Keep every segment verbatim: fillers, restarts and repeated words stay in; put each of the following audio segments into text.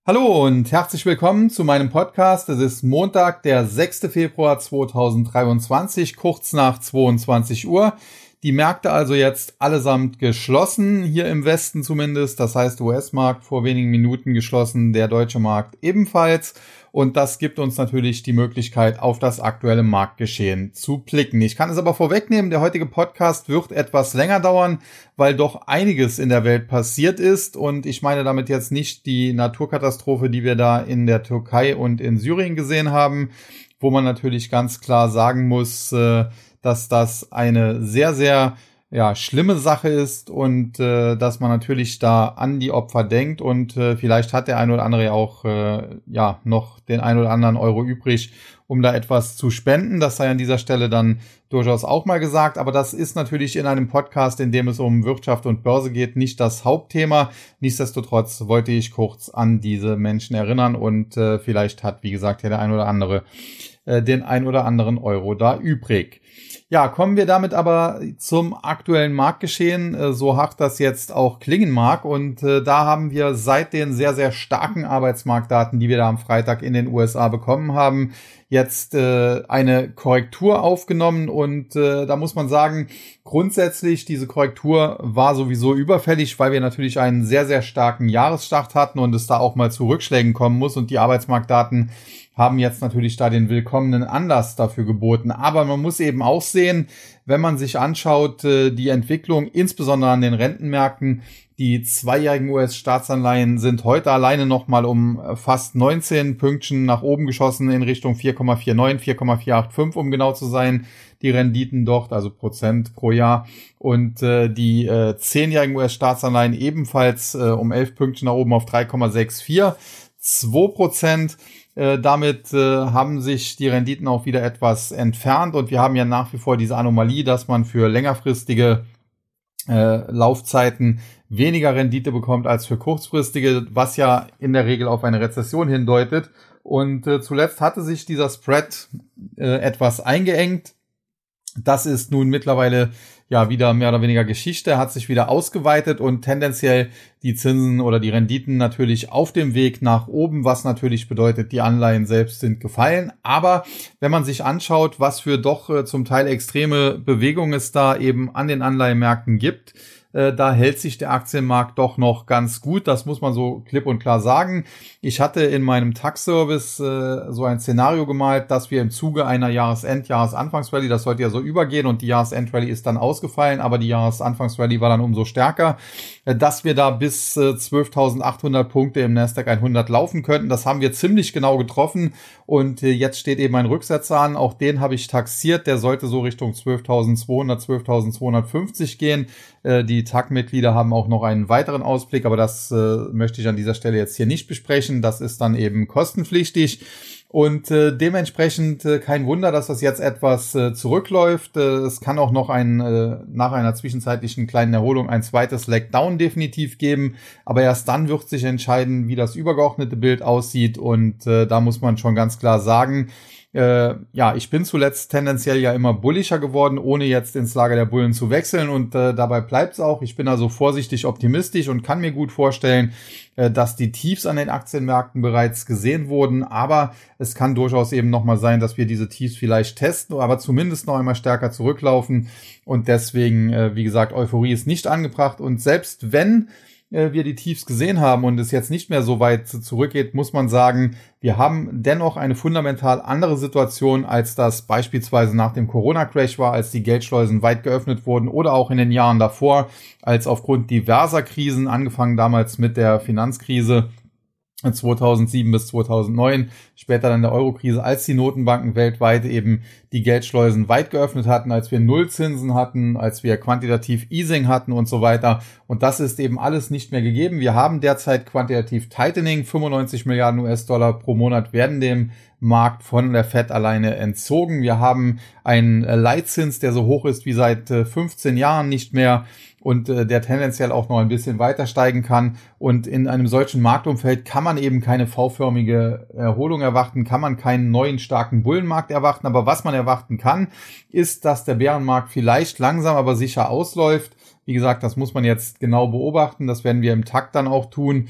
Hallo und herzlich willkommen zu meinem Podcast. Es ist Montag, der sechster Februar zweitausenddreiundzwanzig, kurz nach zweiundzwanzig Uhr. Die Märkte also jetzt allesamt geschlossen, hier im Westen zumindest. Das heißt, U S-Markt vor wenigen Minuten geschlossen, der deutsche Markt ebenfalls. Und das gibt uns natürlich die Möglichkeit, auf das aktuelle Marktgeschehen zu blicken. Ich kann es aber vorwegnehmen, der heutige Podcast wird etwas länger dauern, weil doch einiges in der Welt passiert ist. Und ich meine damit jetzt nicht die Naturkatastrophe, die wir da in der Türkei und in Syrien gesehen haben, wo man natürlich ganz klar sagen muss, dass das eine sehr, sehr ja, schlimme Sache ist und äh, dass man natürlich da an die Opfer denkt und äh, vielleicht hat der ein oder andere ja auch äh, ja noch den ein oder anderen Euro übrig, um da etwas zu spenden. Das sei an dieser Stelle dann durchaus auch mal gesagt, aber das ist natürlich in einem Podcast, in dem es um Wirtschaft und Börse geht, nicht das Hauptthema. Nichtsdestotrotz wollte ich kurz an diese Menschen erinnern und äh, vielleicht hat, wie gesagt, ja der ein oder andere äh, den ein oder anderen Euro da übrig. Ja, kommen wir damit aber zum aktuellen Marktgeschehen, so hart das jetzt auch klingen mag. Und äh, da haben wir seit den sehr, sehr starken Arbeitsmarktdaten, die wir da am Freitag in den U S A bekommen haben, jetzt äh, eine Korrektur aufgenommen. Und äh, da muss man sagen, grundsätzlich, diese Korrektur war sowieso überfällig, weil wir natürlich einen sehr, sehr starken Jahresstart hatten und es da auch mal zu Rückschlägen kommen muss. Und die Arbeitsmarktdaten haben jetzt natürlich da den willkommenen Anlass dafür geboten. Aber man muss eben auch sehen, wenn man sich anschaut, die Entwicklung, insbesondere an den Rentenmärkten, die zweijährigen U S-Staatsanleihen sind heute alleine nochmal um fast neunzehn Pünktchen nach oben geschossen in Richtung vier Komma neunundvierzig, vier Komma fünfundvierzig, um genau zu sein, die Renditen dort, also Prozent pro Jahr. Und äh, die äh, zehnjährigen U S-Staatsanleihen ebenfalls äh, um elf Pünktchen nach oben auf drei Komma vierundsechzig, zwei Prozent. Äh, damit äh, haben sich die Renditen auch wieder etwas entfernt und wir haben ja nach wie vor diese Anomalie, dass man für längerfristige äh, Laufzeiten weniger Rendite bekommt als für kurzfristige, was ja in der Regel auf eine Rezession hindeutet. Und äh, zuletzt hatte sich dieser Spread äh, etwas eingeengt. Das ist nun mittlerweile ja wieder mehr oder weniger Geschichte, hat sich wieder ausgeweitet und tendenziell die Zinsen oder die Renditen natürlich auf dem Weg nach oben, was natürlich bedeutet, die Anleihen selbst sind gefallen. Aber wenn man sich anschaut, was für doch äh, zum Teil extreme Bewegungen es da eben an den Anleihenmärkten gibt, da hält sich der Aktienmarkt doch noch ganz gut. Das muss man so klipp und klar sagen. Ich hatte in meinem Tax-Service äh, so ein Szenario gemalt, dass wir im Zuge einer Jahresend-, Jahresanfangsrallye, das sollte ja so übergehen und die Jahresendrallye ist dann ausgefallen, aber die Jahresanfangsrallye war dann umso stärker, äh, dass wir da bis äh, zwölftausendachthundert Punkte im Nasdaq hundert laufen könnten. Das haben wir ziemlich genau getroffen und äh, jetzt steht eben ein Rücksetzer an. Auch den habe ich taxiert. Der sollte so Richtung zwölftausendzweihundert, zwölftausendzweihundertfünfzig gehen. Äh, die Die T A C-Mitglieder haben auch noch einen weiteren Ausblick, aber das äh, möchte ich an dieser Stelle jetzt hier nicht besprechen. Das ist dann eben kostenpflichtig und äh, dementsprechend äh, kein Wunder, dass das jetzt etwas äh, zurückläuft. Äh, es kann auch noch ein äh, nach einer zwischenzeitlichen kleinen Erholung ein zweites Leg Down definitiv geben, aber erst dann wird sich entscheiden, wie das übergeordnete Bild aussieht und äh, da muss man schon ganz klar sagen, Äh, ja, ich bin zuletzt tendenziell ja immer bullischer geworden, ohne jetzt ins Lager der Bullen zu wechseln und äh, dabei bleibt's auch. Ich bin also vorsichtig optimistisch und kann mir gut vorstellen, äh, dass die Tiefs an den Aktienmärkten bereits gesehen wurden, aber es kann durchaus eben nochmal sein, dass wir diese Tiefs vielleicht testen, aber zumindest noch einmal stärker zurücklaufen und deswegen, äh, wie gesagt, Euphorie ist nicht angebracht und selbst wenn wir die Tiefs gesehen haben und es jetzt nicht mehr so weit zurückgeht, muss man sagen, wir haben dennoch eine fundamental andere Situation, als das beispielsweise nach dem Corona-Crash war, als die Geldschleusen weit geöffnet wurden oder auch in den Jahren davor, als aufgrund diverser Krisen, angefangen damals mit der Finanzkrise zweitausendsieben bis zweitausendneun, später dann der Euro-Krise, als die Notenbanken weltweit eben die Geldschleusen weit geöffnet hatten, als wir Nullzinsen hatten, als wir quantitativ Easing hatten und so weiter. Und das ist eben alles nicht mehr gegeben. Wir haben derzeit quantitativ Tightening, fünfundneunzig Milliarden U S-Dollar pro Monat werden dem Markt von der Fed alleine entzogen. Wir haben einen Leitzins, der so hoch ist wie seit fünfzehn Jahren nicht mehr und äh, der tendenziell auch noch ein bisschen weiter steigen kann. Und in einem solchen Marktumfeld kann man eben keine V-förmige Erholung erwarten, kann man keinen neuen starken Bullenmarkt erwarten. Aber was man erwarten kann, ist, dass der Bärenmarkt vielleicht langsam, aber sicher ausläuft. Wie gesagt, das muss man jetzt genau beobachten. Das werden wir im Takt dann auch tun.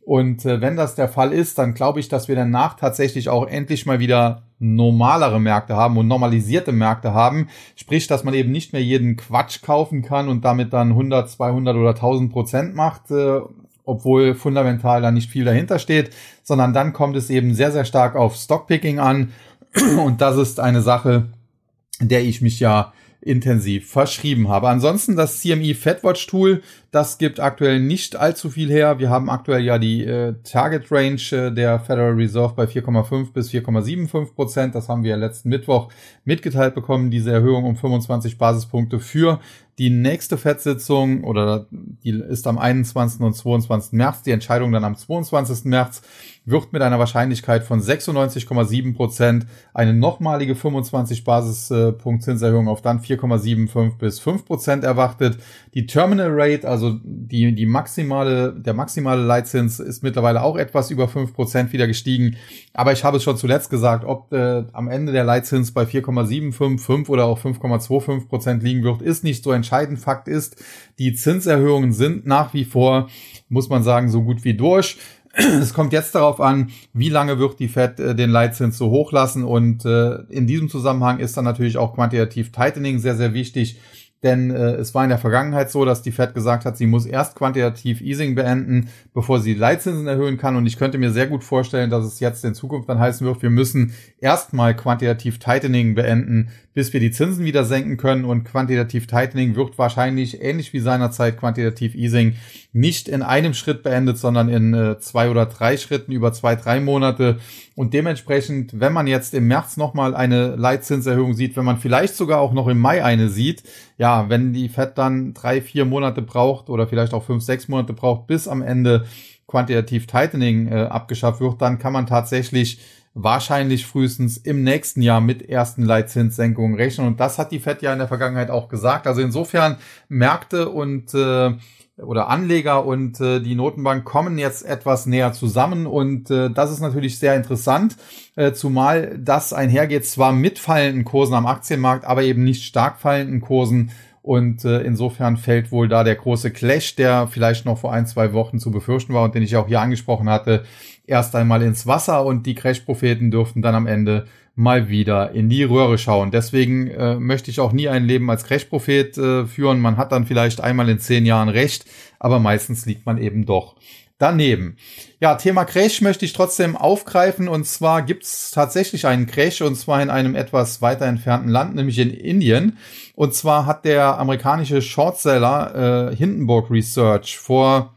Und äh, wenn das der Fall ist, dann glaube ich, dass wir danach tatsächlich auch endlich mal wieder normalere Märkte haben und normalisierte Märkte haben. Sprich, dass man eben nicht mehr jeden Quatsch kaufen kann und damit dann hundert, zweihundert oder tausend Prozent macht, äh, obwohl fundamental da nicht viel dahinter steht, sondern dann kommt es eben sehr, sehr stark auf Stockpicking an. Und das ist eine Sache, der ich mich ja intensiv verschrieben habe. Ansonsten das C M E FedWatch Tool, das gibt aktuell nicht allzu viel her. Wir haben aktuell ja die äh, Target Range äh, der Federal Reserve bei vier Komma fünf bis vier Komma fünfundsiebzig Prozent. Das haben wir letzten Mittwoch mitgeteilt bekommen, diese Erhöhung um fünfundzwanzig Basispunkte für die nächste Fed-Sitzung, oder die ist am einundzwanzigsten und zweiundzwanzigsten März. Die Entscheidung dann am zweiundzwanzigsten März wird mit einer Wahrscheinlichkeit von sechsundneunzig Komma sieben Prozent eine nochmalige fünfundzwanzig Basispunkt Zinserhöhung auf dann vier Komma fünfundsiebzig bis fünf Prozent erwartet. Die Terminal Rate, also die, die maximale, der maximale Leitzins ist mittlerweile auch etwas über fünf Prozent wieder gestiegen. Aber ich habe es schon zuletzt gesagt, ob äh, am Ende der Leitzins bei vier Komma siebenundfünfzig oder auch fünf Komma fünfundzwanzig Prozent liegen wird, ist nicht so entscheidend. Fakt ist, die Zinserhöhungen sind nach wie vor, muss man sagen, so gut wie durch. Es kommt jetzt darauf an, wie lange wird die Fed äh, den Leitzins so hoch lassen, und äh, in diesem Zusammenhang ist dann natürlich auch Quantitative Tightening sehr, sehr wichtig. Denn äh, es war in der Vergangenheit so, dass die Fed gesagt hat, sie muss erst Quantitative Easing beenden, bevor sie Leitzinsen erhöhen kann. Und ich könnte mir sehr gut vorstellen, dass es jetzt in Zukunft dann heißen wird, wir müssen erstmal Quantitative Tightening beenden, bis wir die Zinsen wieder senken können. Und Quantitative Tightening wird wahrscheinlich, ähnlich wie seinerzeit Quantitative Easing, nicht in einem Schritt beendet, sondern in äh, zwei oder drei Schritten über zwei, drei Monate. Und dementsprechend, wenn man jetzt im März nochmal eine Leitzinserhöhung sieht, wenn man vielleicht sogar auch noch im Mai eine sieht, ja, wenn die Fed dann drei, vier Monate braucht oder vielleicht auch fünf, sechs Monate braucht, bis am Ende Quantitative Tightening äh, abgeschafft wird, dann kann man tatsächlich wahrscheinlich frühestens im nächsten Jahr mit ersten Leitzinssenkungen rechnen. Und das hat die Fed ja in der Vergangenheit auch gesagt. Also insofern Märkte und äh, oder Anleger und äh, die Notenbank kommen jetzt etwas näher zusammen, und äh, das ist natürlich sehr interessant, äh, zumal das einhergeht zwar mit fallenden Kursen am Aktienmarkt, aber eben nicht stark fallenden Kursen, und äh, insofern fällt wohl da der große Clash, der vielleicht noch vor ein, zwei Wochen zu befürchten war und den ich auch hier angesprochen hatte, erst einmal ins Wasser, und die Crash-Propheten dürften dann am Ende mal wieder in die Röhre schauen. Deswegen äh, möchte ich auch nie ein Leben als Crash-Prophet äh, führen. Man hat dann vielleicht einmal in zehn Jahren recht, aber meistens liegt man eben doch daneben. Ja, Thema Crash möchte ich trotzdem aufgreifen, und zwar gibt es tatsächlich einen Crash, und zwar in einem etwas weiter entfernten Land, nämlich in Indien. Und zwar hat der amerikanische Shortseller äh, Hindenburg Research vor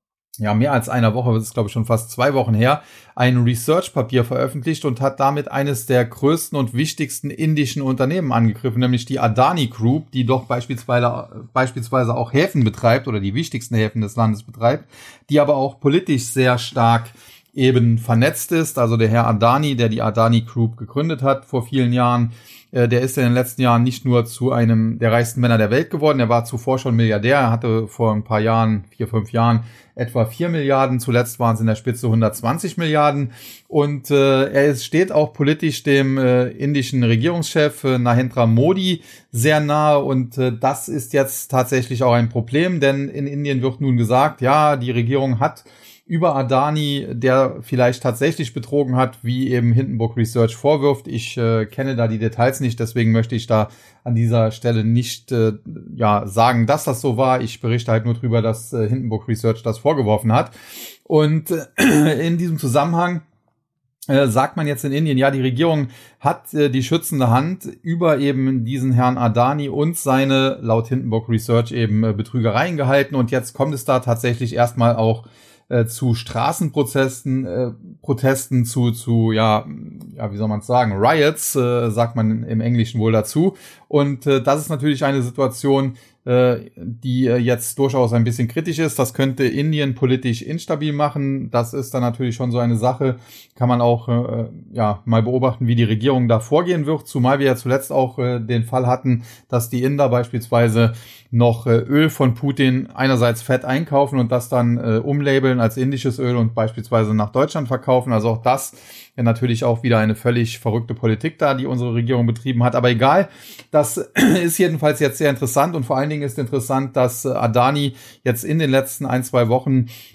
ja mehr als einer Woche, das ist glaube ich schon fast zwei Wochen her, ein Research-Papier veröffentlicht und hat damit eines der größten und wichtigsten indischen Unternehmen angegriffen, nämlich die Adani Group, die doch beispielsweise, beispielsweise auch Häfen betreibt oder die wichtigsten Häfen des Landes betreibt, die aber auch politisch sehr stark eben vernetzt ist. Also der Herr Adani, der die Adani Group gegründet hat vor vielen Jahren, äh, der ist in den letzten Jahren nicht nur zu einem der reichsten Männer der Welt geworden, er war zuvor schon Milliardär, er hatte vor ein paar Jahren, vier, fünf Jahren, etwa vier Milliarden, zuletzt waren es in der Spitze hundertzwanzig Milliarden, und äh, er steht auch politisch dem äh, indischen Regierungschef äh, Narendra Modi sehr nahe, und äh, das ist jetzt tatsächlich auch ein Problem, denn in Indien wird nun gesagt, ja, die Regierung hat über Adani, der vielleicht tatsächlich betrogen hat, wie eben Hindenburg Research vorwirft. Ich äh, kenne da die Details nicht, deswegen möchte ich da an dieser Stelle nicht äh, ja sagen, dass das so war. Ich berichte halt nur drüber, dass äh, Hindenburg Research das vorgeworfen hat. Und äh, in diesem Zusammenhang äh, sagt man jetzt in Indien, ja, die Regierung hat äh, die schützende Hand über eben diesen Herrn Adani und seine, laut Hindenburg Research, eben äh, Betrügereien gehalten. Und jetzt kommt es da tatsächlich erstmal auch Äh, zu Straßenprotesten, äh, Protesten, zu, zu, ja, ja, wie soll man es sagen, Riots, äh, sagt man im Englischen wohl dazu. Und äh, das ist natürlich eine Situation, äh, die äh, jetzt durchaus ein bisschen kritisch ist. Das könnte Indien politisch instabil machen. Das ist dann natürlich schon so eine Sache. Kann man auch äh, ja mal beobachten, wie die Regierung da vorgehen wird. Zumal wir ja zuletzt auch äh, den Fall hatten, dass die Inder beispielsweise noch äh, Öl von Putin einerseits fett einkaufen und das dann äh, umlabeln als indisches Öl und beispielsweise nach Deutschland verkaufen. Also auch das ja natürlich auch wieder eine völlig verrückte Politik da, die unsere Regierung betrieben hat. Aber egal, das ist jedenfalls jetzt sehr interessant, und vor allen Dingen ist interessant, dass Adani jetzt in den letzten ein, zwei Wochen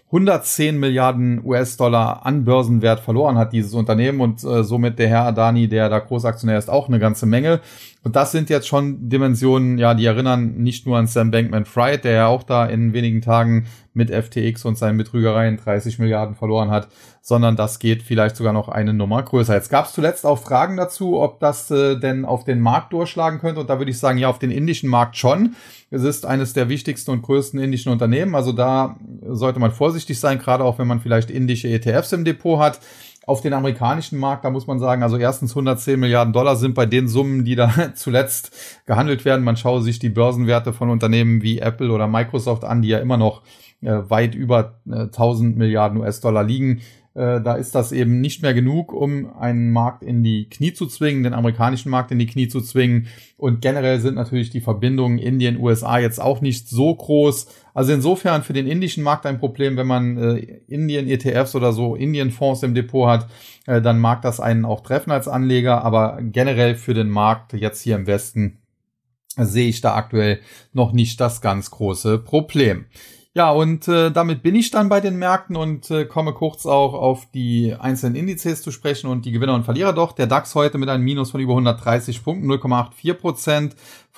hundertzehn Milliarden U S-Dollar an Börsenwert verloren hat, dieses Unternehmen, und äh, somit der Herr Adani, der da Großaktionär ist, auch eine ganze Menge. Und das sind jetzt schon Dimensionen, ja, die erinnern nicht nur an Sam Bankman-Fried, der ja auch da in wenigen Tagen mit F T X und seinen Betrügereien dreißig Milliarden verloren hat, sondern das geht vielleicht sogar noch eine Nummer größer. Jetzt gab es zuletzt auch Fragen dazu, ob das äh, denn auf den Markt durchschlagen könnte, und da würde ich sagen, ja, auf den indischen Markt schon. Es ist eines der wichtigsten und größten indischen Unternehmen, also da sollte man vorsichtig sein, gerade auch wenn man vielleicht indische E T Fs im Depot hat. Auf den amerikanischen Markt, da muss man sagen, also erstens hundertzehn Milliarden Dollar sind bei den Summen, die da zuletzt gehandelt werden. Man schaue sich die Börsenwerte von Unternehmen wie Apple oder Microsoft an, die ja immer noch äh, weit über äh, tausend Milliarden U S-Dollar liegen. Äh, da ist das eben nicht mehr genug, um einen Markt in die Knie zu zwingen, den amerikanischen Markt in die Knie zu zwingen. Und generell sind natürlich die Verbindungen Indien, U S A jetzt auch nicht so groß. Also insofern für den indischen Markt ein Problem, wenn man äh, Indien-E T Fs oder so Indien-Fonds im Depot hat, äh, dann mag das einen auch treffen als Anleger. Aber generell für den Markt jetzt hier im Westen äh, sehe ich da aktuell noch nicht das ganz große Problem. Ja, und äh, damit bin ich dann bei den Märkten und äh, komme kurz auch auf die einzelnen Indizes zu sprechen und die Gewinner und Verlierer doch. Der DAX heute mit einem Minus von über hundertdreißig Punkten, null Komma vierundachtzig Prozent,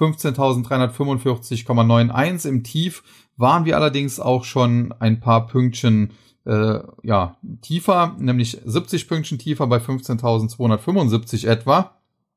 fünfzehntausenddreihundertfünfundvierzig Komma einundneunzig. Im Tief waren wir allerdings auch schon ein paar Pünktchen äh, ja tiefer, nämlich siebzig Pünktchen tiefer bei fünfzehntausendzweihundertfünfundsiebzig etwa.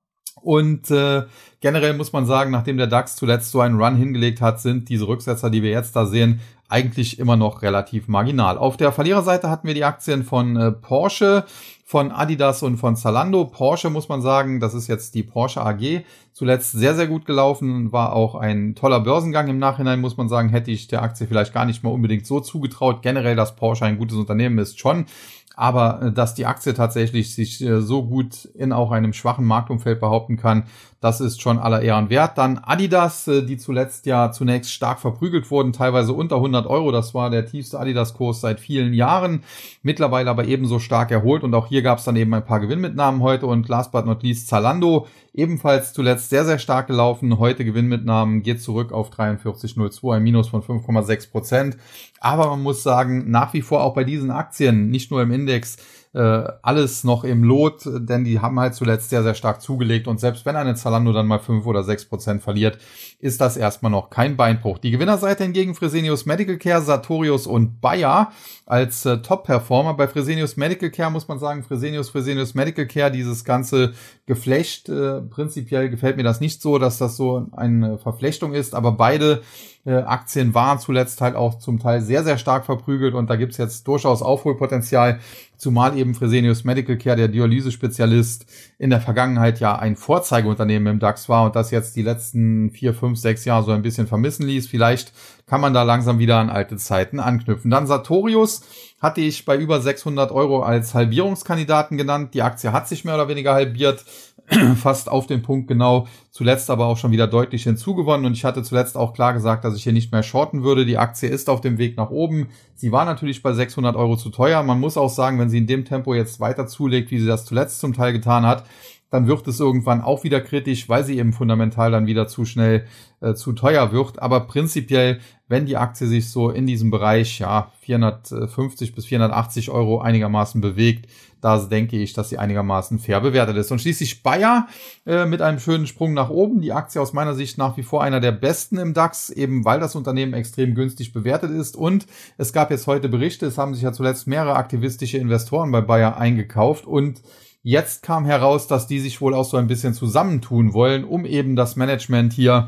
Und äh, generell muss man sagen, nachdem der DAX zuletzt so einen Run hingelegt hat, sind diese Rücksetzer, die wir jetzt da sehen, eigentlich immer noch relativ marginal. Auf der Verliererseite hatten wir die Aktien von äh, Porsche, von Adidas und von Zalando. Porsche, muss man sagen, das ist jetzt die Porsche A G, zuletzt sehr, sehr gut gelaufen, war auch ein toller Börsengang. Im Nachhinein muss man sagen, hätte ich der Aktie vielleicht gar nicht mal unbedingt so zugetraut. Generell, dass Porsche ein gutes Unternehmen ist, schon. Aber dass die Aktie tatsächlich sich so gut in auch einem schwachen Marktumfeld behaupten kann, das ist schon aller Ehren wert. Dann Adidas, die zuletzt ja zunächst stark verprügelt wurden, teilweise unter hundert Euro. Das war der tiefste Adidas-Kurs seit vielen Jahren. Mittlerweile aber ebenso stark erholt. Und auch hier gab es dann eben ein paar Gewinnmitnahmen heute. Und last but not least Zalando, ebenfalls zuletzt sehr, sehr stark gelaufen. Heute Gewinnmitnahmen, geht zurück auf dreiundvierzig Komma null zwei, ein Minus von fünf Komma sechs Prozent. Aber man muss sagen, nach wie vor auch bei diesen Aktien, nicht nur im Index, äh, alles noch im Lot, denn die haben halt zuletzt sehr, sehr stark zugelegt. Und selbst wenn eine Zalando dann mal fünf oder sechs Prozent verliert, ist das erstmal noch kein Beinbruch. Die Gewinnerseite hingegen Fresenius Medical Care, Sartorius und Bayer als äh, Top-Performer. Bei Fresenius Medical Care muss man sagen, Fresenius, Fresenius Medical Care, dieses ganze Geflecht, äh, prinzipiell gefällt mir das nicht so, dass das so eine Verflechtung ist, aber beide äh, Aktien waren zuletzt halt auch zum Teil sehr, sehr stark verprügelt und da gibt's jetzt durchaus Aufholpotenzial, zumal eben Fresenius Medical Care, der Dialysespezialist, in der Vergangenheit ja ein Vorzeigeunternehmen im DAX war und das jetzt die letzten vier, fünf, sechs Jahre so ein bisschen vermissen ließ. Vielleicht kann man da langsam wieder an alte Zeiten anknüpfen. Dann Sartorius hatte ich bei über sechshundert Euro als Halbierungskandidaten genannt. Die Aktie hat sich mehr oder weniger halbiert, fast auf den Punkt genau, zuletzt aber auch schon wieder deutlich hinzugewonnen und ich hatte zuletzt auch klar gesagt, dass ich hier nicht mehr shorten würde. Die Aktie ist auf dem Weg nach oben. Sie war natürlich bei sechshundert Euro zu teuer. Man muss auch sagen, wenn sie in dem Tempo jetzt weiter zulegt, wie sie das zuletzt zum Teil getan hat, dann wird es irgendwann auch wieder kritisch, weil sie eben fundamental dann wieder zu schnell äh, zu teuer wird. Aber prinzipiell, wenn die Aktie sich so in diesem Bereich ja vierhundertfünfzig bis vierhundertachtzig Euro einigermaßen bewegt, da denke ich, dass sie einigermaßen fair bewertet ist. Und schließlich Bayer äh, mit einem schönen Sprung nach oben. Die Aktie aus meiner Sicht nach wie vor einer der besten im DAX, eben weil das Unternehmen extrem günstig bewertet ist. Und es gab jetzt heute Berichte, es haben sich ja zuletzt mehrere aktivistische Investoren bei Bayer eingekauft und jetzt kam heraus, dass die sich wohl auch so ein bisschen zusammentun wollen, um eben das Management hier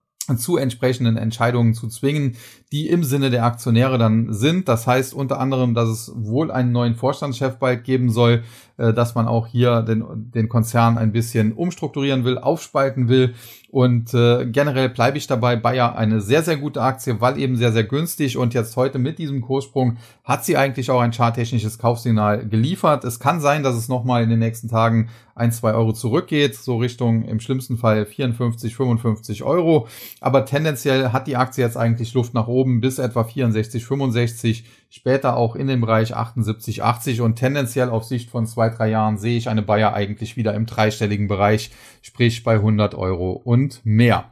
zu entsprechenden Entscheidungen zu zwingen, die im Sinne der Aktionäre dann sind. Das heißt unter anderem, dass es wohl einen neuen Vorstandschef bald geben soll, dass man auch hier den, den Konzern ein bisschen umstrukturieren will, aufspalten will. Und äh, generell bleibe ich dabei, Bayer eine sehr, sehr gute Aktie, weil eben sehr, sehr günstig. Und jetzt heute mit diesem Kurssprung hat sie eigentlich auch ein charttechnisches Kaufsignal geliefert. Es kann sein, dass es nochmal in den nächsten Tagen ein, zwei Euro zurückgeht, so Richtung im schlimmsten Fall vierundfünfzig, fünfundfünfzig Euro. Aber tendenziell hat die Aktie jetzt eigentlich Luft nach oben bis etwa vierundsechzig, fünfundsechzig, später auch in dem Bereich achtundsiebzig, achtzig und tendenziell auf Sicht von zwei, drei Jahren sehe ich eine Bayer eigentlich wieder im dreistelligen Bereich, sprich bei hundert Euro und mehr.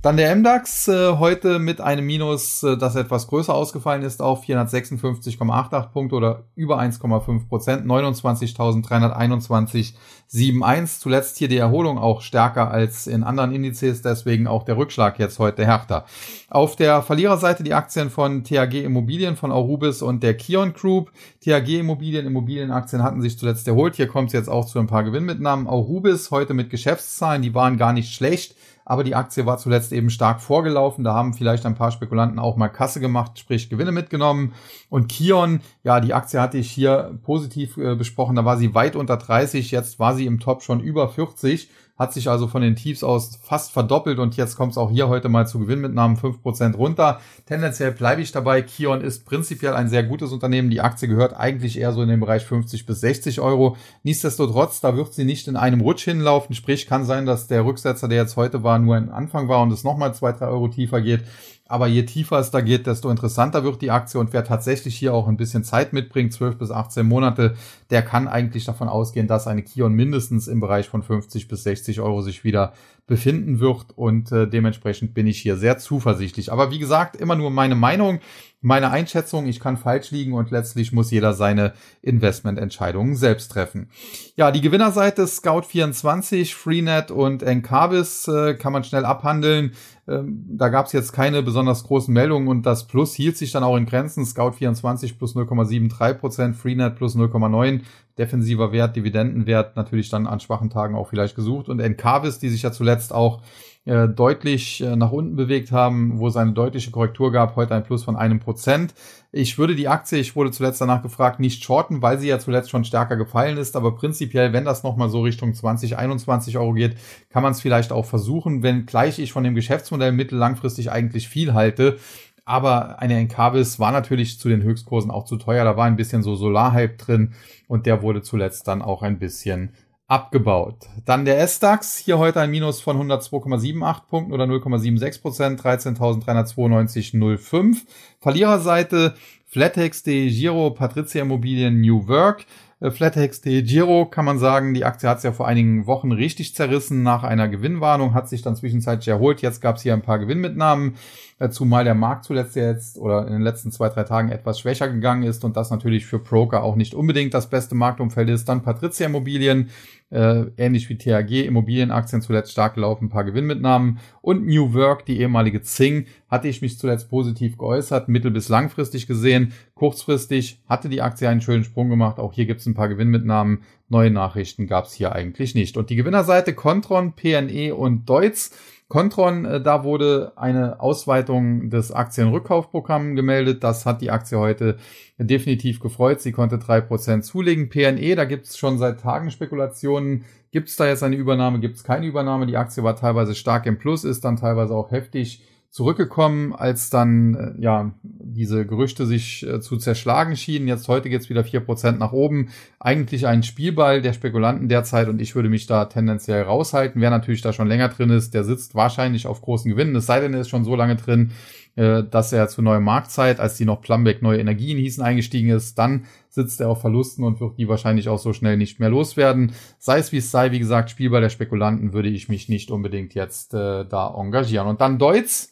Dann der M DAX äh, heute mit einem Minus, äh, das etwas größer ausgefallen ist, auf vierhundertsechsundfünfzig Komma achtzig Punkte oder über eins Komma fünf Prozent, neunundzwanzigtausenddreihunderteinundzwanzig Komma einundsiebzig. Zuletzt hier die Erholung auch stärker als in anderen Indizes, deswegen auch der Rückschlag jetzt heute härter. Auf der Verliererseite die Aktien von T H G Immobilien, von Aurubis und der Kion Group. T H G Immobilien, Immobilienaktien hatten sich zuletzt erholt. Hier kommt es jetzt auch zu ein paar Gewinnmitnahmen. Aurubis heute mit Geschäftszahlen, die waren gar nicht schlecht. Aber die Aktie war zuletzt eben stark vorgelaufen. Da haben vielleicht ein paar Spekulanten auch mal Kasse gemacht, sprich Gewinne mitgenommen. Und Kion, ja, die Aktie hatte ich hier positiv äh, besprochen. Da war sie weit unter dreißig. Jetzt war sie im Top schon über vierzig. Hat sich also von den Tiefs aus fast verdoppelt. Und jetzt kommt es auch hier heute mal zu Gewinnmitnahmen, fünf Prozent runter. Tendenziell bleibe ich dabei. Kion ist prinzipiell ein sehr gutes Unternehmen. Die Aktie gehört eigentlich eher so in den Bereich fünfzig bis sechzig Euro. Nichtsdestotrotz, da wird sie nicht in einem Rutsch hinlaufen. Sprich, kann sein, dass der Rücksetzer, der jetzt heute war, nur ein Anfang war und es nochmal zwei, drei Euro tiefer geht. Aber je tiefer es da geht, desto interessanter wird die Aktie. Und wer tatsächlich hier auch ein bisschen Zeit mitbringt, zwölf bis achtzehn Monate, der kann eigentlich davon ausgehen, dass eine Kion mindestens im Bereich von fünfzig bis sechzig Euro sich wieder befinden wird. Und äh, dementsprechend bin ich hier sehr zuversichtlich. Aber wie gesagt, immer nur meine Meinung, meine Einschätzung. Ich kann falsch liegen und letztlich muss jeder seine Investmententscheidungen selbst treffen. Ja, die Gewinnerseite Scout vierundzwanzig, Freenet und Encarvis äh, kann man schnell abhandeln. Ähm, da gab es jetzt keine besonders großen Meldungen und das Plus hielt sich dann auch in Grenzen. Scout vierundzwanzig plus null Komma dreiundsiebzig Prozent, Freenet plus null Komma neun. Defensiver Wert, Dividendenwert natürlich dann an schwachen Tagen auch vielleicht gesucht. Und Encarvis, die sich ja zuletzt auch äh, deutlich äh, nach unten bewegt haben, wo es eine deutliche Korrektur gab, heute ein Plus von einem Prozent. Ich würde die Aktie, ich wurde zuletzt danach gefragt, nicht shorten, weil sie ja zuletzt schon stärker gefallen ist. Aber prinzipiell, wenn das nochmal so Richtung zwanzig, einundzwanzig Euro geht, kann man es vielleicht auch versuchen, wenngleich ich von dem Geschäftsmodell mittellangfristig eigentlich viel halte. Aber eine Encarvis war natürlich zu den Höchstkursen auch zu teuer. Da war ein bisschen so Solarhype drin und der wurde zuletzt dann auch ein bisschen abgebaut. Dann der S DAX, hier heute ein Minus von hundertzwei Komma achtundsiebzig Punkten oder null Komma sechsundsiebzig Prozent, dreizehntausenddreihundertzweiundneunzig Komma null fünf. Verliererseite Flatex, DEGIRO, Patrizia Immobilien, New Work. Flatex, DEGIRO kann man sagen, die Aktie hat es ja vor einigen Wochen richtig zerrissen nach einer Gewinnwarnung, hat sich dann zwischenzeitlich erholt. Jetzt gab es hier ein paar Gewinnmitnahmen, zumal der Markt zuletzt jetzt oder in den letzten zwei, drei Tagen etwas schwächer gegangen ist und das natürlich für Broker auch nicht unbedingt das beste Marktumfeld ist. Dann Patrizia Immobilien, äh, ähnlich wie T H G, Immobilienaktien zuletzt stark gelaufen, ein paar Gewinnmitnahmen. Und New Work, die ehemalige Zing, hatte ich mich zuletzt positiv geäußert, mittel- bis langfristig gesehen. Kurzfristig hatte die Aktie einen schönen Sprung gemacht. Auch hier gibt es ein paar Gewinnmitnahmen. Neue Nachrichten gab es hier eigentlich nicht. Und die Gewinnerseite Kontron, P N E und Deutz. Kontron, äh, da wurde eine Ausweitung des Aktienrückkaufprogramms gemeldet. Das hat die Aktie heute definitiv gefreut. Sie konnte drei Prozent zulegen. P N E, da gibt es schon seit Tagen Spekulationen. Gibt es da jetzt eine Übernahme, gibt es keine Übernahme? Die Aktie war teilweise stark im Plus, ist dann teilweise auch heftig zurückgekommen, als dann äh, ja diese Gerüchte sich äh, zu zerschlagen schienen. Jetzt heute geht's wieder vier Prozent nach oben. Eigentlich ein Spielball der Spekulanten derzeit und ich würde mich da tendenziell raushalten. Wer natürlich da schon länger drin ist, der sitzt wahrscheinlich auf großen Gewinnen. Es sei denn, er ist schon so lange drin, äh, dass er zur neuen Marktzeit, als die noch Plumbeck Neue Energien hießen, eingestiegen ist, dann sitzt er auf Verlusten und wird die wahrscheinlich auch so schnell nicht mehr loswerden. Sei es wie es sei, wie gesagt, Spielball der Spekulanten, würde ich mich nicht unbedingt jetzt äh, da engagieren. Und dann Deutz.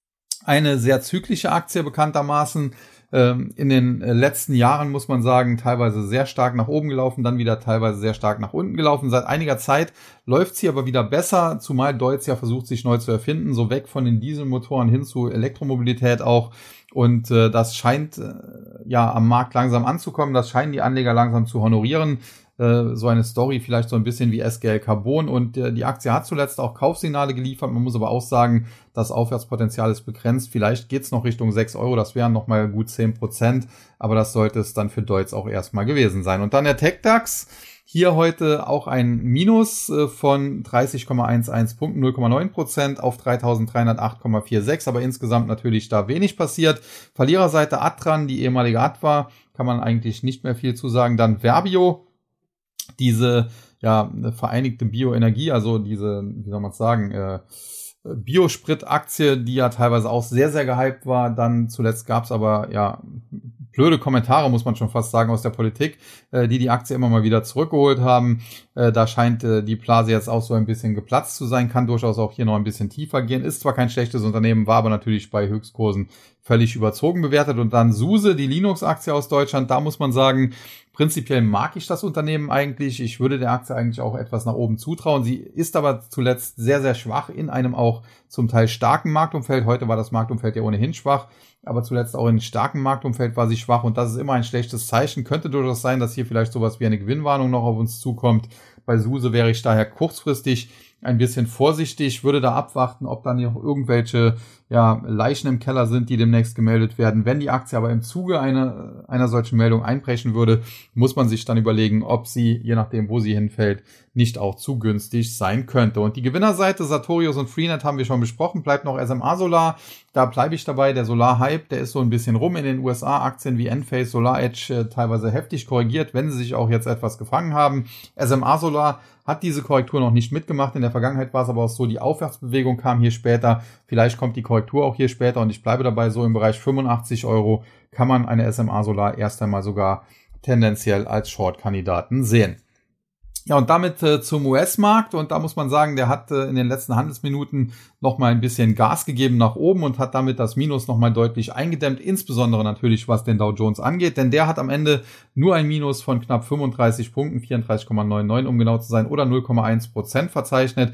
Eine sehr zyklische Aktie bekanntermaßen. Ähm, in den äh, letzten Jahren muss man sagen, teilweise sehr stark nach oben gelaufen, dann wieder teilweise sehr stark nach unten gelaufen. Seit einiger Zeit läuft sie aber wieder besser, zumal Deutz ja versucht, sich neu zu erfinden, so weg von den Dieselmotoren hin zu Elektromobilität auch. Und äh, das scheint äh, ja am Markt langsam anzukommen, das scheinen die Anleger langsam zu honorieren. So eine Story vielleicht so ein bisschen wie S G L Carbon und äh, die Aktie hat zuletzt auch Kaufsignale geliefert. Man muss aber auch sagen, das Aufwärtspotenzial ist begrenzt. Vielleicht geht's noch Richtung sechs Euro, das wären nochmal gut zehn Prozent, aber das sollte es dann für Deutz auch erstmal gewesen sein. Und dann der TecDAX, hier heute auch ein Minus äh, von dreißig Komma elf Punkten, null Komma neun Prozent auf dreitausenddreihundertacht Komma sechsundvierzig, aber insgesamt natürlich da wenig passiert. Verliererseite Adtran, die ehemalige Adva, kann man eigentlich nicht mehr viel zu sagen. Dann Verbio, diese ja vereinigte Bioenergie, also diese, wie soll man es sagen, äh, Biosprit-Aktie, die ja teilweise auch sehr, sehr gehypt war. Dann zuletzt gab es aber ja blöde Kommentare, muss man schon fast sagen, aus der Politik, äh, die die Aktie immer mal wieder zurückgeholt haben. Äh, da scheint äh, die Blase jetzt auch so ein bisschen geplatzt zu sein, kann durchaus auch hier noch ein bisschen tiefer gehen. Ist zwar kein schlechtes Unternehmen, war aber natürlich bei Höchstkursen völlig überzogen bewertet. Und dann SUSE, die Linux-Aktie aus Deutschland, da muss man sagen, prinzipiell mag ich das Unternehmen eigentlich. Ich würde der Aktie eigentlich auch etwas nach oben zutrauen. Sie ist aber zuletzt sehr, sehr schwach in einem auch zum Teil starken Marktumfeld. Heute war das Marktumfeld ja ohnehin schwach, aber zuletzt auch in einem starken Marktumfeld war sie schwach und das ist immer ein schlechtes Zeichen. Könnte durchaus sein, dass hier vielleicht sowas wie eine Gewinnwarnung noch auf uns zukommt. Bei SUSE wäre ich daher kurzfristig ein bisschen vorsichtig, würde da abwarten, ob dann noch irgendwelche ja, Leichen im Keller sind, die demnächst gemeldet werden. Wenn die Aktie aber im Zuge einer, einer solchen Meldung einbrechen würde, muss man sich dann überlegen, ob sie, je nachdem, wo sie hinfällt, nicht auch zu günstig sein könnte. Und die Gewinnerseite, Sartorius und Freenet haben wir schon besprochen, bleibt noch S M A Solar. Da bleibe ich dabei. Der Solar-Hype, der ist so ein bisschen rum in den U S A. Aktien wie Enphase, SolarEdge äh, teilweise heftig korrigiert, wenn sie sich auch jetzt etwas gefangen haben. S M A Solar hat diese Korrektur noch nicht mitgemacht. In der Vergangenheit war es aber auch so, die Aufwärtsbewegung kam hier später. Vielleicht kommt die Korrektur auch hier später und ich bleibe dabei, so im Bereich fünfundachtzig Euro kann man eine S M A Solar erst einmal sogar tendenziell als Short-Kandidaten sehen. Ja, und damit äh, zum U S-Markt und da muss man sagen, der hat äh, in den letzten Handelsminuten nochmal ein bisschen Gas gegeben nach oben und hat damit das Minus nochmal deutlich eingedämmt, insbesondere natürlich was den Dow Jones angeht, denn der hat am Ende nur ein Minus von knapp fünfunddreißig Punkten, vierunddreißig Komma neunundneunzig um genau zu sein, oder null Komma eins Prozent verzeichnet,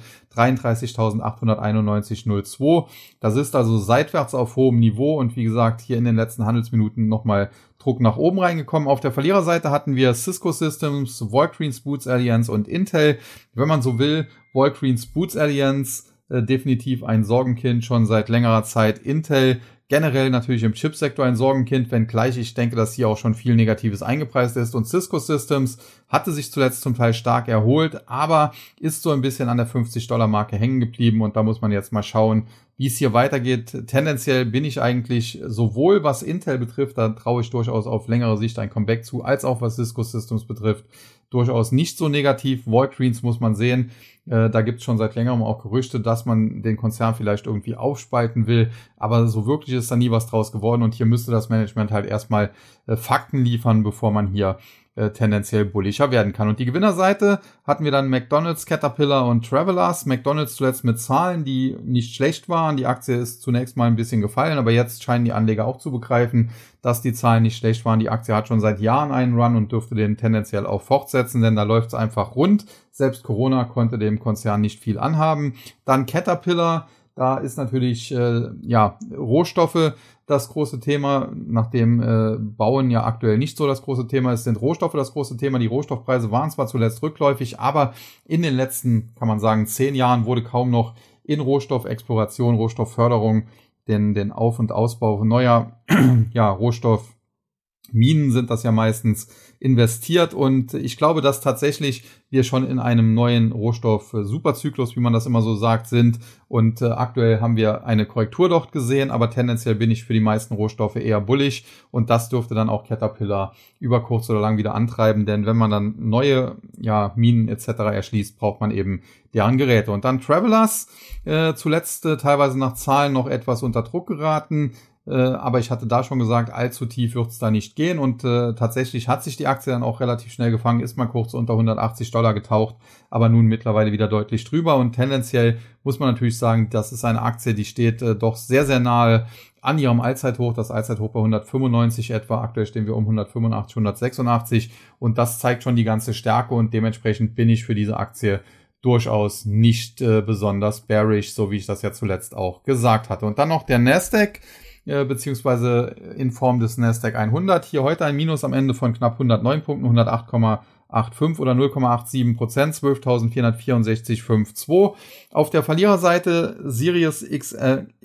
dreiunddreißigtausendachthunderteinundneunzig Komma null zwei. Das ist also seitwärts auf hohem Niveau und wie gesagt, hier in den letzten Handelsminuten nochmal Druck nach oben reingekommen. Auf der Verliererseite hatten wir Cisco Systems, Walgreens Boots Alliance und Intel. Wenn man so will, Walgreens Boots Alliance äh, definitiv ein Sorgenkind schon seit längerer Zeit. Intel generell natürlich im Chipsektor ein Sorgenkind, wenngleich ich denke, dass hier auch schon viel Negatives eingepreist ist. Und Cisco Systems hatte sich zuletzt zum Teil stark erholt, aber ist so ein bisschen an der fünfzig-Dollar-Marke hängen geblieben. Und da muss man jetzt mal schauen, wie es hier weitergeht. Tendenziell bin ich eigentlich sowohl was Intel betrifft, da traue ich durchaus auf längere Sicht ein Comeback zu, als auch was Cisco Systems betrifft, durchaus nicht so negativ. Walgreens muss man sehen, äh, da gibt es schon seit längerem auch Gerüchte, dass man den Konzern vielleicht irgendwie aufspalten will, aber so wirklich ist da nie was draus geworden und hier müsste das Management halt erstmal äh, Fakten liefern, bevor man hier äh, tendenziell bullischer werden kann. Und die Gewinnerseite hatten wir dann McDonald's, Caterpillar und Travelers. McDonald's zuletzt mit Zahlen, die nicht schlecht waren. Die Aktie ist zunächst mal ein bisschen gefallen, aber jetzt scheinen die Anleger auch zu begreifen, dass die Zahlen nicht schlecht waren. Die Aktie hat schon seit Jahren einen Run und dürfte den tendenziell auch fortsetzen, denn da läuft es einfach rund. Selbst Corona konnte dem Konzern nicht viel anhaben. Dann Caterpillar, da ist natürlich äh, ja Rohstoffe das große Thema, nachdem äh, Bauen ja aktuell nicht so das große Thema ist, sind Rohstoffe das große Thema. Die Rohstoffpreise waren zwar zuletzt rückläufig, aber in den letzten, kann man sagen, zehn Jahren wurde kaum noch in Rohstoffexploration, Rohstoffförderung, den, den Auf- und Ausbau neuer ja, Rohstoffminen sind das ja meistens investiert und ich glaube, dass tatsächlich wir schon in einem neuen Rohstoff-Superzyklus, wie man das immer so sagt, sind und äh, aktuell haben wir eine Korrektur dort gesehen, aber tendenziell bin ich für die meisten Rohstoffe eher bullig und das dürfte dann auch Caterpillar über kurz oder lang wieder antreiben, denn wenn man dann neue ja, Minen et cetera erschließt, braucht man eben deren Geräte. Und dann Travelers, äh, zuletzt äh, teilweise nach Zahlen noch etwas unter Druck geraten, Äh, aber ich hatte da schon gesagt, allzu tief wird es da nicht gehen und äh, tatsächlich hat sich die Aktie dann auch relativ schnell gefangen, ist mal kurz unter hundertachtzig Dollar getaucht, aber nun mittlerweile wieder deutlich drüber und tendenziell muss man natürlich sagen, das ist eine Aktie, die steht äh, doch sehr, sehr nahe an ihrem Allzeithoch, das Allzeithoch bei hundertfünfundneunzig etwa, aktuell stehen wir um hundertfünfundachtzig, hundertsechsundachtzig und das zeigt schon die ganze Stärke und dementsprechend bin ich für diese Aktie durchaus nicht äh, besonders bearish, so wie ich das ja zuletzt auch gesagt hatte. Und dann noch der Nasdaq, beziehungsweise in Form des Nasdaq hundert. Hier heute ein Minus am Ende von knapp hundertneun Punkten, hundertacht Komma fünfundachtzig oder null Komma siebenundachtzig Prozent, zwölftausendvierhundertvierundsechzig Komma zweiundfünfzig. Auf der Verliererseite Sirius X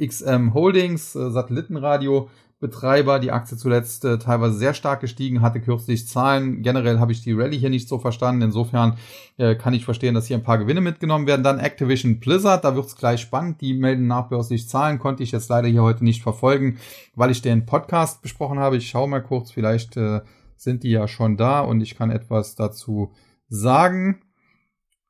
M Holdings, Satellitenradio. Betreiber, die Aktie zuletzt äh, teilweise sehr stark gestiegen, hatte kürzlich Zahlen. Generell habe ich die Rallye hier nicht so verstanden. Insofern äh, kann ich verstehen, dass hier ein paar Gewinne mitgenommen werden. Dann Activision Blizzard, da wird es gleich spannend. Die melden nachbörslich Zahlen, konnte ich jetzt leider hier heute nicht verfolgen, weil ich den Podcast besprochen habe. Ich schaue mal kurz, vielleicht äh, sind die ja schon da und ich kann etwas dazu sagen.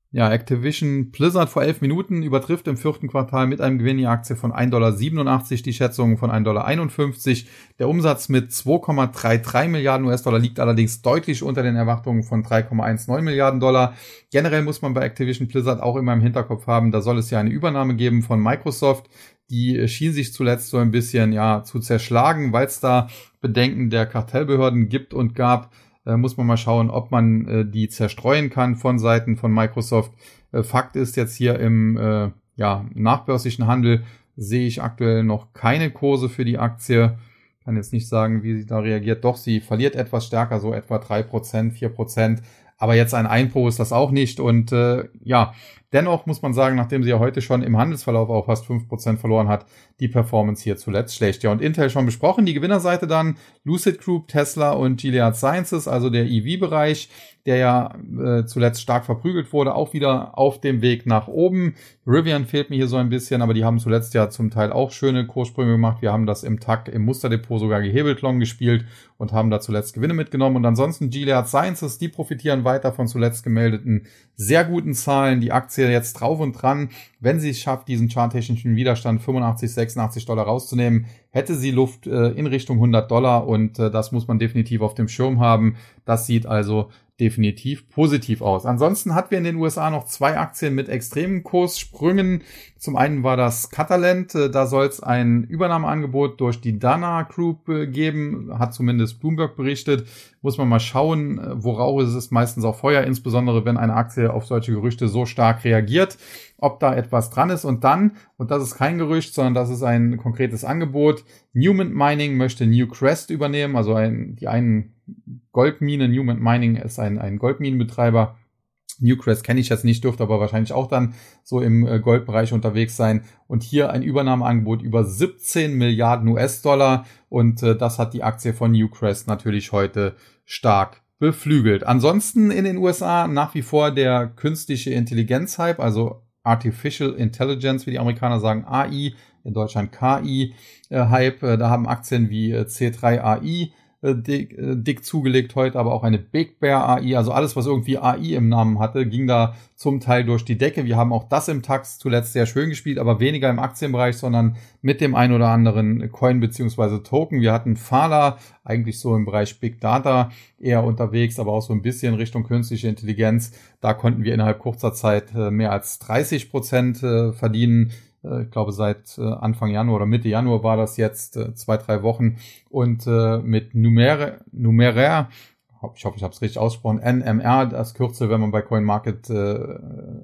Ja, Activision Blizzard vor elf Minuten übertrifft im vierten Quartal mit einem Gewinn die Aktie von ein Komma siebenundachtzig Dollar, die Schätzung von ein Komma einundfünfzig Dollar. Der Umsatz mit zwei Komma dreiunddreißig Milliarden U S-Dollar liegt allerdings deutlich unter den Erwartungen von drei Komma neunzehn Milliarden Dollar. Generell muss man bei Activision Blizzard auch immer im Hinterkopf haben, da soll es ja eine Übernahme geben von Microsoft. Die schien sich zuletzt so ein bisschen ja zu zerschlagen, weil es da Bedenken der Kartellbehörden gibt und gab. Äh, muss man mal schauen, ob man äh, die zerstreuen kann von Seiten von Microsoft. Äh, Fakt ist jetzt hier im äh, ja, nachbörslichen Handel sehe ich aktuell noch keine Kurse für die Aktie. Kann jetzt nicht sagen, wie sie da reagiert. Doch, sie verliert etwas stärker, so etwa drei Prozent, vier Prozent. Aber jetzt ein Einbruch ist das auch nicht. Und äh, ja, dennoch muss man sagen, nachdem sie ja heute schon im Handelsverlauf auch fast fünf Prozent verloren hat, die Performance hier zuletzt schlecht. Ja, und Intel schon besprochen, die Gewinnerseite dann Lucid Group, Tesla und Gilead Sciences, also der E V-Bereich, der ja äh, zuletzt stark verprügelt wurde, auch wieder auf dem Weg nach oben. Rivian fehlt mir hier so ein bisschen, aber die haben zuletzt ja zum Teil auch schöne Kurssprünge gemacht. Wir haben das im Tag im Musterdepot sogar gehebelt long gespielt und haben da zuletzt Gewinne mitgenommen. Und ansonsten Gilead Sciences, die profitieren weiter von zuletzt gemeldeten sehr guten Zahlen. Die Aktie jetzt drauf und dran, wenn sie es schafft, diesen charttechnischen Widerstand fünfundachtzig, sechsundachtzig Dollar rauszunehmen, hätte sie Luft äh, in Richtung hundert Dollar und äh, das muss man definitiv auf dem Schirm haben. Das sieht also definitiv positiv aus. Ansonsten hatten wir in den U S A noch zwei Aktien mit extremen Kurssprüngen. Zum einen war das Catalent, da soll es ein Übernahmeangebot durch die Dana Group geben, hat zumindest Bloomberg berichtet. Muss man mal schauen, worauf ist es meistens auch Feuer, insbesondere wenn eine Aktie auf solche Gerüchte so stark reagiert, ob da etwas dran ist. Und dann, und das ist kein Gerücht, sondern das ist ein konkretes Angebot, Newmont Mining möchte Newcrest übernehmen, also ein, die einen Goldmine, Newmont Mining ist ein, ein Goldminenbetreiber. Newcrest kenne ich jetzt nicht, dürfte aber wahrscheinlich auch dann so im Goldbereich unterwegs sein. Und hier ein Übernahmeangebot über siebzehn Milliarden U S-Dollar. Und äh, das hat die Aktie von Newcrest natürlich heute stark beflügelt. Ansonsten in den U S A nach wie vor der künstliche Intelligenz-Hype, also Artificial Intelligence, wie die Amerikaner sagen, A I, in Deutschland K I-Hype. Äh, da haben Aktien wie äh, C drei A I Dick, dick zugelegt heute, aber auch eine Big Bear A I, also alles, was irgendwie A I im Namen hatte, ging da zum Teil durch die Decke. Wir haben auch das im Tax zuletzt sehr schön gespielt, aber weniger im Aktienbereich, sondern mit dem ein oder anderen Coin beziehungsweise Token. Wir hatten Fala, eigentlich so im Bereich Big Data eher unterwegs, aber auch so ein bisschen Richtung künstliche Intelligenz. Da konnten wir innerhalb kurzer Zeit mehr als dreißig Prozent verdienen. Ich glaube, seit Anfang Januar oder Mitte Januar war das jetzt, zwei, drei Wochen. Und äh, mit Numeraire, Numeraire, ich hoffe, ich habe es richtig ausgesprochen, N M R, das Kürzel, wenn man bei CoinMarket äh,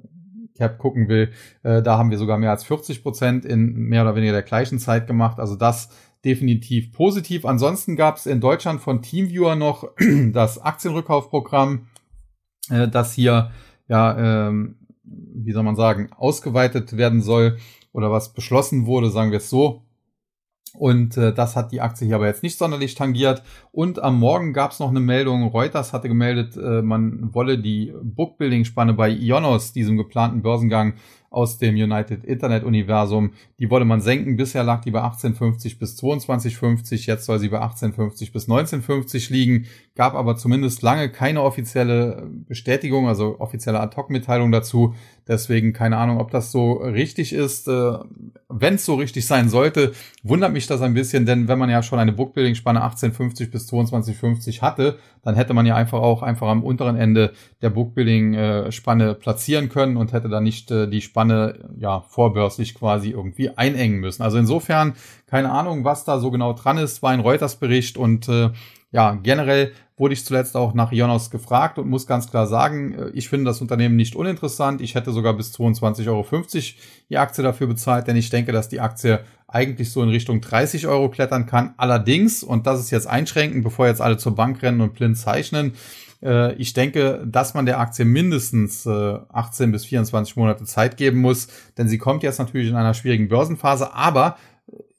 Cap gucken will, äh, da haben wir sogar mehr als vierzig Prozent in mehr oder weniger der gleichen Zeit gemacht. Also das definitiv positiv. Ansonsten gab es in Deutschland von TeamViewer noch das Aktienrückkaufprogramm, äh, das hier, ja, ähm, wie soll man sagen, ausgeweitet werden soll, oder was beschlossen wurde, sagen wir es so. Und äh, das hat die Aktie hier aber jetzt nicht sonderlich tangiert. Und am Morgen gab es noch eine Meldung, Reuters hatte gemeldet, äh, man wolle die Bookbuilding-Spanne bei Ionos, diesem geplanten Börsengang aus dem United Internet Universum, die wolle man senken. Bisher lag die bei achtzehn fünfzig bis zweiundzwanzig fünfzig, jetzt soll sie bei achtzehn fünfzig bis neunzehn fünfzig liegen. Gab aber zumindest lange keine offizielle Bestätigung, also offizielle Ad-Hoc-Mitteilung dazu. Deswegen keine Ahnung, ob das so richtig ist. Wenn es so richtig sein sollte, wundert mich das ein bisschen, denn wenn man ja schon eine Bookbuilding-Spanne achtzehn fünfzig bis zweiundzwanzig fünfzig hatte, dann hätte man ja einfach auch einfach am unteren Ende der Bookbuilding-Spanne platzieren können und hätte dann nicht die Spanne ja vorbörslich quasi irgendwie einengen müssen. Also insofern keine Ahnung, was da so genau dran ist, war ein Reuters-Bericht und äh, ja, generell wurde ich zuletzt auch nach Ionos gefragt und muss ganz klar sagen, ich finde das Unternehmen nicht uninteressant. Ich hätte sogar bis zweiundzwanzig Euro fünfzig die Aktie dafür bezahlt, denn ich denke, dass die Aktie eigentlich so in Richtung dreißig Euro klettern kann. Allerdings, und das ist jetzt einschränkend, bevor jetzt alle zur Bank rennen und blind zeichnen, äh, ich denke, dass man der Aktie mindestens äh, achtzehn bis vierundzwanzig Monate Zeit geben muss, denn sie kommt jetzt natürlich in einer schwierigen Börsenphase, aber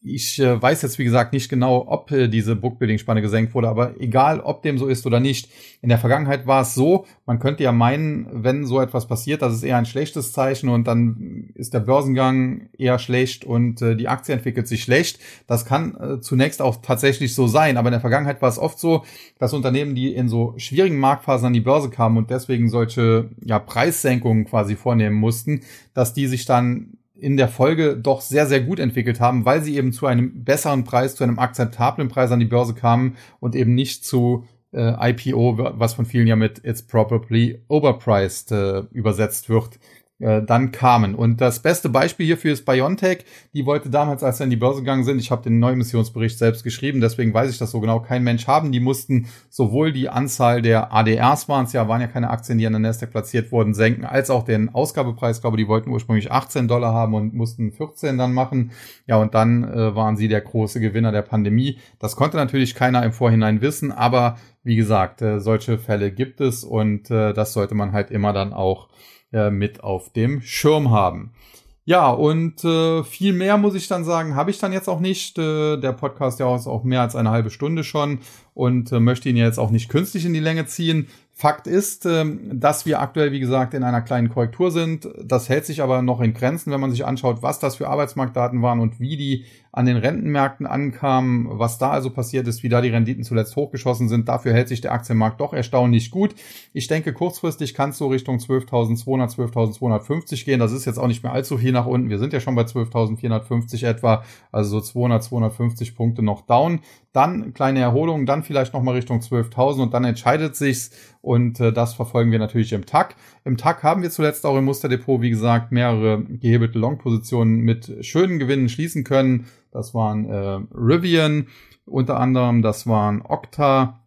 ich äh, weiß jetzt, wie gesagt, nicht genau, ob äh, diese Bookbuilding-Spanne gesenkt wurde, aber egal, ob dem so ist oder nicht. In der Vergangenheit war es so, man könnte ja meinen, wenn so etwas passiert, das ist eher ein schlechtes Zeichen und dann ist der Börsengang eher schlecht und äh, die Aktie entwickelt sich schlecht. Das kann äh, zunächst auch tatsächlich so sein, aber in der Vergangenheit war es oft so, dass Unternehmen, die in so schwierigen Marktphasen an die Börse kamen und deswegen solche ja, Preissenkungen quasi vornehmen mussten, dass die sich dann in der Folge doch sehr, sehr gut entwickelt haben, weil sie eben zu einem besseren Preis, zu einem akzeptablen Preis an die Börse kamen und eben nicht zu äh, I P O, was von vielen ja mit It's probably overpriced äh, übersetzt wird, äh, dann kamen. Und das beste Beispiel hierfür ist BioNTech. Die wollte damals, als sie an die Börse gegangen sind, ich habe den Neuemissionsbericht selbst geschrieben, deswegen weiß ich das so genau, kein Mensch haben. Die mussten sowohl die Anzahl der A D Rs waren es ja, waren ja keine Aktien, die an der Nasdaq platziert wurden, senken, als auch den Ausgabepreis. Ich glaube, die wollten ursprünglich achtzehn Dollar haben und mussten vierzehn dann machen. Ja, und dann äh, waren sie der große Gewinner der Pandemie. Das konnte natürlich keiner im Vorhinein wissen, aber wie gesagt, äh, solche Fälle gibt es und äh, das sollte man halt immer dann auch äh, mit auf dem Schirm haben. Ja, und äh, viel mehr muss ich dann sagen, habe ich dann jetzt auch nicht. Äh, der Podcast ja ist auch mehr als eine halbe Stunde schon und äh, möchte ihn jetzt auch nicht künstlich in die Länge ziehen. Fakt ist, äh, dass wir aktuell, wie gesagt, in einer kleinen Korrektur sind. Das hält sich aber noch in Grenzen, wenn man sich anschaut, was das für Arbeitsmarktdaten waren und wie die an den Rentenmärkten ankamen, was da also passiert ist, wie da die Renditen zuletzt hochgeschossen sind. Dafür hält sich der Aktienmarkt doch erstaunlich gut. Ich denke, kurzfristig kann es so Richtung zwölftausendzweihundert, zwölftausendzweihundertfünfzig gehen. Das ist jetzt auch nicht mehr allzu viel nach unten. Wir sind ja schon bei zwölftausendvierhundertfünfzig etwa, also so zweihundert, zweihundertfünfzig Punkte noch down. Dann kleine Erholung, dann vielleicht nochmal Richtung zwölftausend und dann entscheidet sich's und äh, das verfolgen wir natürlich im T A C. Im T A C haben wir zuletzt auch im Musterdepot, wie gesagt, mehrere gehebelte Long-Positionen mit schönen Gewinnen schließen können. Das waren äh, Rivian unter anderem, das waren Okta,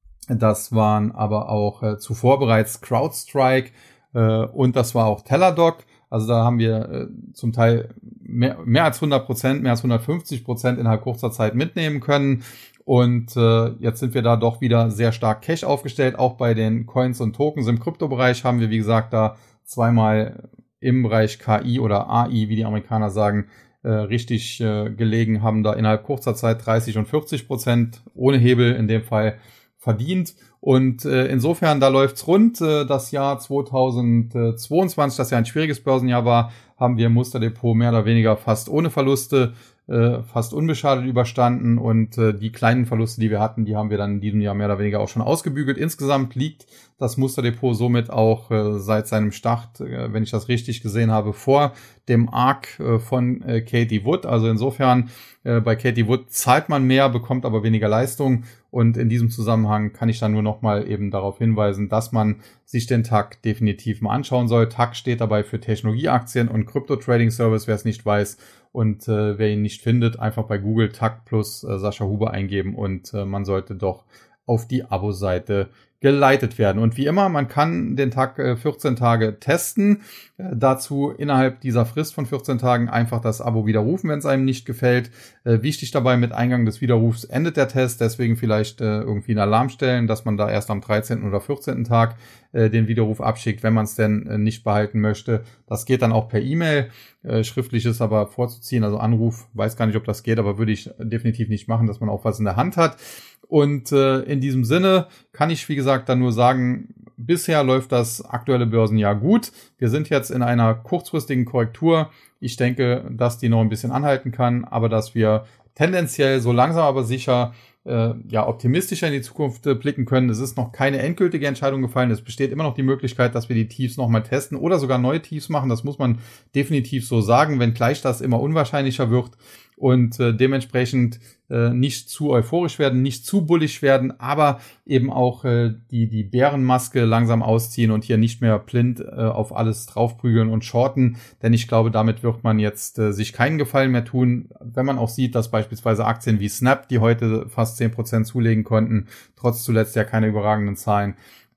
das waren aber auch äh, zuvor bereits CrowdStrike äh, und das war auch Teladoc. Also da haben wir äh, zum Teil mehr, mehr als hundert Prozent, mehr als hundertfünfzig Prozent innerhalb kurzer Zeit mitnehmen können. Und äh, jetzt sind wir da doch wieder sehr stark Cash aufgestellt. Auch bei den Coins und Tokens im Kryptobereich haben wir, wie gesagt, da zweimal im Bereich K I oder A I, wie die Amerikaner sagen, äh, richtig äh, gelegen, haben da innerhalb kurzer Zeit dreißig und vierzig Prozent ohne Hebel in dem Fall verdient. Und äh, insofern, da läuft's rund. Äh, das Jahr zweitausendzweiundzwanzig, das ja ein schwieriges Börsenjahr war, haben wir im Musterdepot mehr oder weniger fast ohne Verluste, äh, fast unbeschadet überstanden. Und äh, die kleinen Verluste, die wir hatten, die haben wir dann in diesem Jahr mehr oder weniger auch schon ausgebügelt. Insgesamt liegt das Musterdepot somit auch äh, seit seinem Start, äh, wenn ich das richtig gesehen habe, vor dem Arc äh, von äh, Cathie Wood. Also insofern, äh, bei Cathie Wood zahlt man mehr, bekommt aber weniger Leistung. Und in diesem Zusammenhang kann ich dann nur nochmal eben darauf hinweisen, dass man sich den T A C definitiv mal anschauen soll. T A C steht dabei für Technologieaktien und Crypto Trading Service, wer es nicht weiß. Und äh, wer ihn nicht findet, einfach bei Google T A C plus äh, Sascha Huber eingeben und äh, man sollte doch auf die Abo-Seite geleitet werden. Und wie immer, man kann den T A C äh, vierzehn Tage testen. Äh, dazu innerhalb dieser Frist von vierzehn Tagen einfach das Abo widerrufen, wenn es einem nicht gefällt. Äh, wichtig dabei, mit Eingang des Widerrufs endet der Test. Deswegen vielleicht äh, irgendwie einen Alarm stellen, dass man da erst am dreizehnten oder vierzehnten Tag äh, den Widerruf abschickt, wenn man es denn äh, nicht behalten möchte. Das geht dann auch per E-Mail. Äh, schriftlich ist aber vorzuziehen, also Anruf, weiß gar nicht, ob das geht, aber würde ich definitiv nicht machen, dass man auch was in der Hand hat. Und äh, in diesem Sinne kann ich, wie gesagt, dann nur sagen, bisher läuft das aktuelle Börsenjahr gut. Wir sind jetzt in einer kurzfristigen Korrektur. Ich denke, dass die noch ein bisschen anhalten kann, aber dass wir tendenziell so langsam aber sicher äh, ja optimistischer in die Zukunft äh, blicken können. Es ist noch keine endgültige Entscheidung gefallen. Es besteht immer noch die Möglichkeit, dass wir die Tiefs nochmal testen oder sogar neue Tiefs machen. Das muss man definitiv so sagen, wenngleich das immer unwahrscheinlicher wird. Und äh, dementsprechend äh, nicht zu euphorisch werden, nicht zu bullisch werden, aber eben auch äh, die die Bärenmaske langsam ausziehen und hier nicht mehr blind äh, auf alles draufprügeln und shorten, denn ich glaube, damit wird man jetzt äh, sich keinen Gefallen mehr tun, wenn man auch sieht, dass beispielsweise Aktien wie Snap, die heute fast zehn Prozent zulegen konnten, trotz zuletzt ja keine überragenden Zahlen,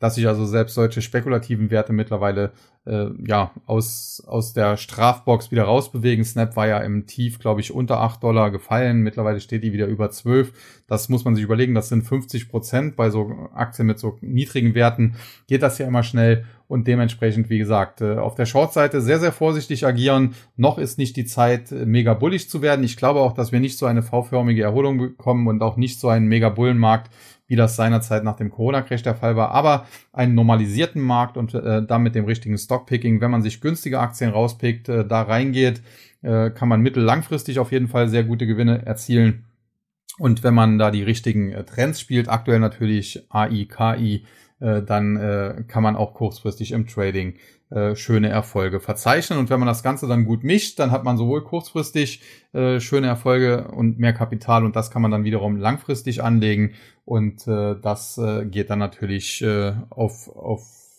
dass sich also selbst solche spekulativen Werte mittlerweile äh, ja aus aus der Strafbox wieder rausbewegen. Snap war ja im Tief, glaube ich, unter acht Dollar gefallen. Mittlerweile steht die wieder über zwölf. Das muss man sich überlegen. Das sind fünfzig Prozent. Bei so Aktien mit so niedrigen Werten geht das ja immer schnell. Und dementsprechend, wie gesagt, auf der Short-Seite sehr, sehr vorsichtig agieren. Noch ist nicht die Zeit, mega bullish zu werden. Ich glaube auch, dass wir nicht so eine V-förmige Erholung bekommen und auch nicht so einen mega Bullenmarkt, wie das seinerzeit nach dem Corona-Crash der Fall war, aber einen normalisierten Markt und äh, dann mit dem richtigen Stockpicking. Wenn man sich günstige Aktien rauspickt, äh, da reingeht, äh, kann man mittel-langfristig auf jeden Fall sehr gute Gewinne erzielen. Und wenn man da die richtigen äh, Trends spielt, aktuell natürlich A I, K I, äh, dann äh, kann man auch kurzfristig im Trading äh, schöne Erfolge verzeichnen. Und wenn man das Ganze dann gut mischt, dann hat man sowohl kurzfristig äh, schöne Erfolge und mehr Kapital und das kann man dann wiederum langfristig anlegen. Und äh, das äh, geht dann natürlich äh, auf, auf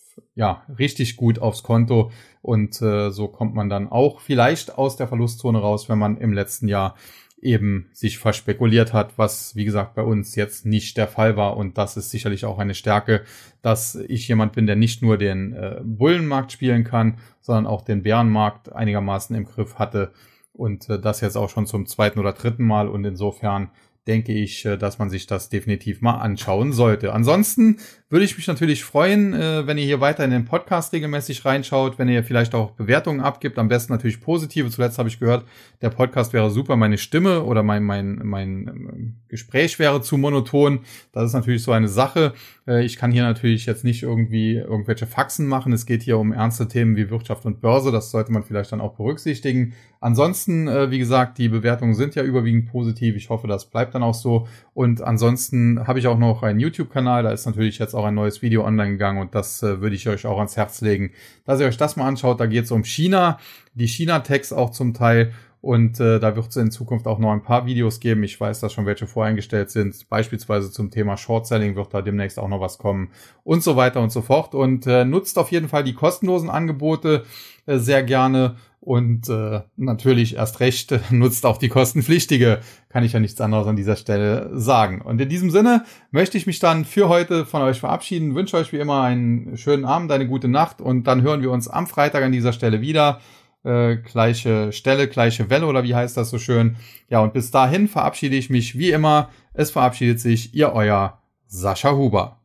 ja richtig gut aufs Konto. Und äh, so kommt man dann auch vielleicht aus der Verlustzone raus, wenn man im letzten Jahr eben sich verspekuliert hat, was, wie gesagt, bei uns jetzt nicht der Fall war. Und das ist sicherlich auch eine Stärke, dass ich jemand bin, der nicht nur den äh, Bullenmarkt spielen kann, sondern auch den Bärenmarkt einigermaßen im Griff hatte. Und äh, das jetzt auch schon zum zweiten oder dritten Mal. Und insofern denke ich, dass man sich das definitiv mal anschauen sollte. Ansonsten würde ich mich natürlich freuen, wenn ihr hier weiter in den Podcast regelmäßig reinschaut, wenn ihr vielleicht auch Bewertungen abgibt, am besten natürlich positive. Zuletzt habe ich gehört, der Podcast wäre super, meine Stimme oder mein mein mein Gespräch wäre zu monoton. Das ist natürlich so eine Sache. Ich kann hier natürlich jetzt nicht irgendwie irgendwelche Faxen machen. Es geht hier um ernste Themen wie Wirtschaft und Börse. Das sollte man vielleicht dann auch berücksichtigen. Ansonsten, wie gesagt, die Bewertungen sind ja überwiegend positiv. Ich hoffe, das bleibt dann auch so. Und ansonsten habe ich auch noch einen YouTube-Kanal. Da ist natürlich jetzt auch ein neues Video online gegangen und das äh, würde ich euch auch ans Herz legen, dass ihr euch das mal anschaut. Da geht es um China, die China-Techs auch zum Teil. Und äh, da wird es in Zukunft auch noch ein paar Videos geben. Ich weiß, dass schon welche voreingestellt sind. Beispielsweise zum Thema Short-Selling wird da demnächst auch noch was kommen und so weiter und so fort. Und äh, nutzt auf jeden Fall die kostenlosen Angebote äh, sehr gerne. Und äh, natürlich erst recht äh, nutzt auch die kostenpflichtige. Kann ich ja nichts anderes an dieser Stelle sagen. Und in diesem Sinne möchte ich mich dann für heute von euch verabschieden. Wünsche euch wie immer einen schönen Abend, eine gute Nacht. Und dann hören wir uns am Freitag an dieser Stelle wieder. Äh, gleiche Stelle, gleiche Welle oder wie heißt das so schön. Ja, und bis dahin verabschiede ich mich wie immer. Es verabschiedet sich Ihr euer Sascha Huber.